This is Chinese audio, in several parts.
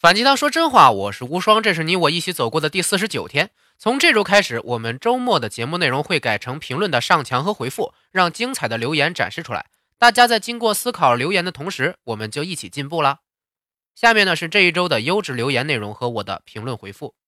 反鸡汤说真话，我是无双，这是你我一起走过的第49天。从这周开始，我们周末的节目内容会改成评论的上墙和回复，让精彩的留言展示出来。大家在经过思考留言的同时，我们就一起进步啦。下面呢是这一周的优质留言内容和我的评论回复。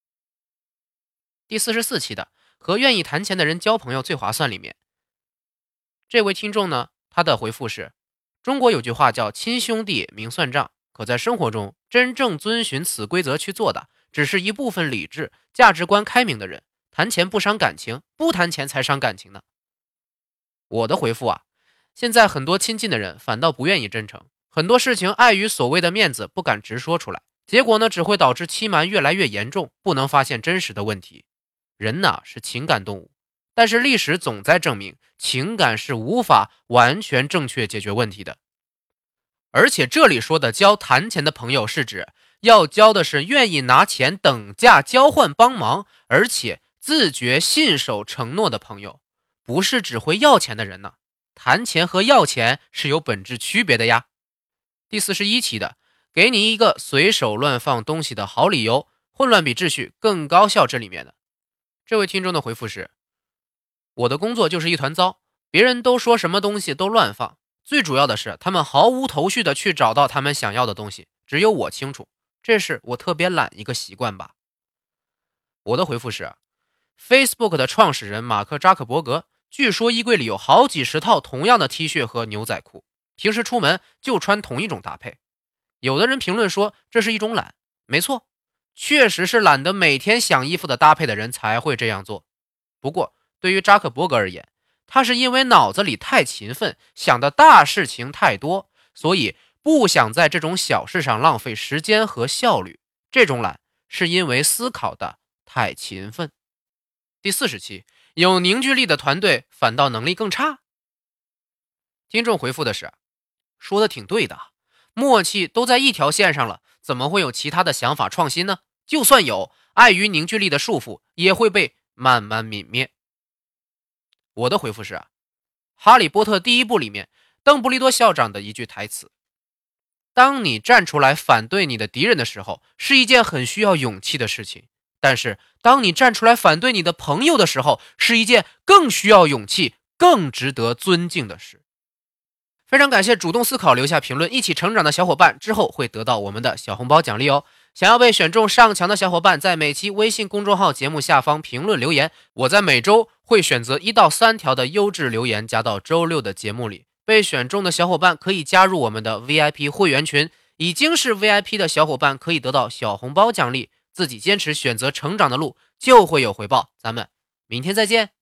第44期的和愿意谈钱的人交朋友最划算里面，这位听众呢，他的回复是：中国有句话叫亲兄弟明算账，可在生活中真正遵循此规则去做的，只是一部分理智、价值观开明的人。谈钱不伤感情，不谈钱才伤感情呢。我的回复啊，现在很多亲近的人反倒不愿意真诚，很多事情碍于所谓的面子不敢直说出来，结果呢只会导致欺瞒越来越严重，不能发现真实的问题。人呢是情感动物，但是历史总在证明，情感是无法完全正确解决问题的。而且这里说的交谈钱的朋友，是指要交的是愿意拿钱等价交换帮忙，而且自觉信守承诺的朋友，不是只会要钱的人呢。谈钱和要钱是有本质区别的呀。第41期的，给你一个随手乱放东西的好理由，混乱比秩序更高效，这里面的这位听众的回复是：我的工作就是一团糟，别人都说什么东西都乱放，最主要的是他们毫无头绪的去找到他们想要的东西，只有我清楚，这是我特别懒一个习惯吧。我的回复是：Facebook 的创始人马克扎克伯格据说衣柜里有好几十套同样的 T 恤和牛仔裤，平时出门就穿同一种搭配。有的人评论说这是一种懒，没错，确实是懒得每天想衣服的搭配的人才会这样做。不过对于扎克伯格而言，他是因为脑子里太勤奋，想的大事情太多，所以不想在这种小事上浪费时间和效率。这种懒是因为思考的太勤奋。第40期，有凝聚力的团队反倒能力更差。听众回复的是：说的挺对的，默契都在一条线上了，怎么会有其他的想法创新呢？就算有，碍于凝聚力的束缚，也会被慢慢泯灭。我的回复是哈利波特第一部里面邓布利多校长的一句台词：当你站出来反对你的敌人的时候，是一件很需要勇气的事情，但是当你站出来反对你的朋友的时候，是一件更需要勇气、更值得尊敬的事。非常感谢主动思考留下评论一起成长的小伙伴，之后会得到我们的小红包奖励哦。想要被选中上墙的小伙伴，在每期微信公众号节目下方评论留言，我在每周会选择1到3条的优质留言加到周6的节目里。被选中的小伙伴可以加入我们的 VIP 会员群，已经是 VIP 的小伙伴可以得到小红包奖励。自己坚持选择成长的路，就会有回报。咱们明天再见。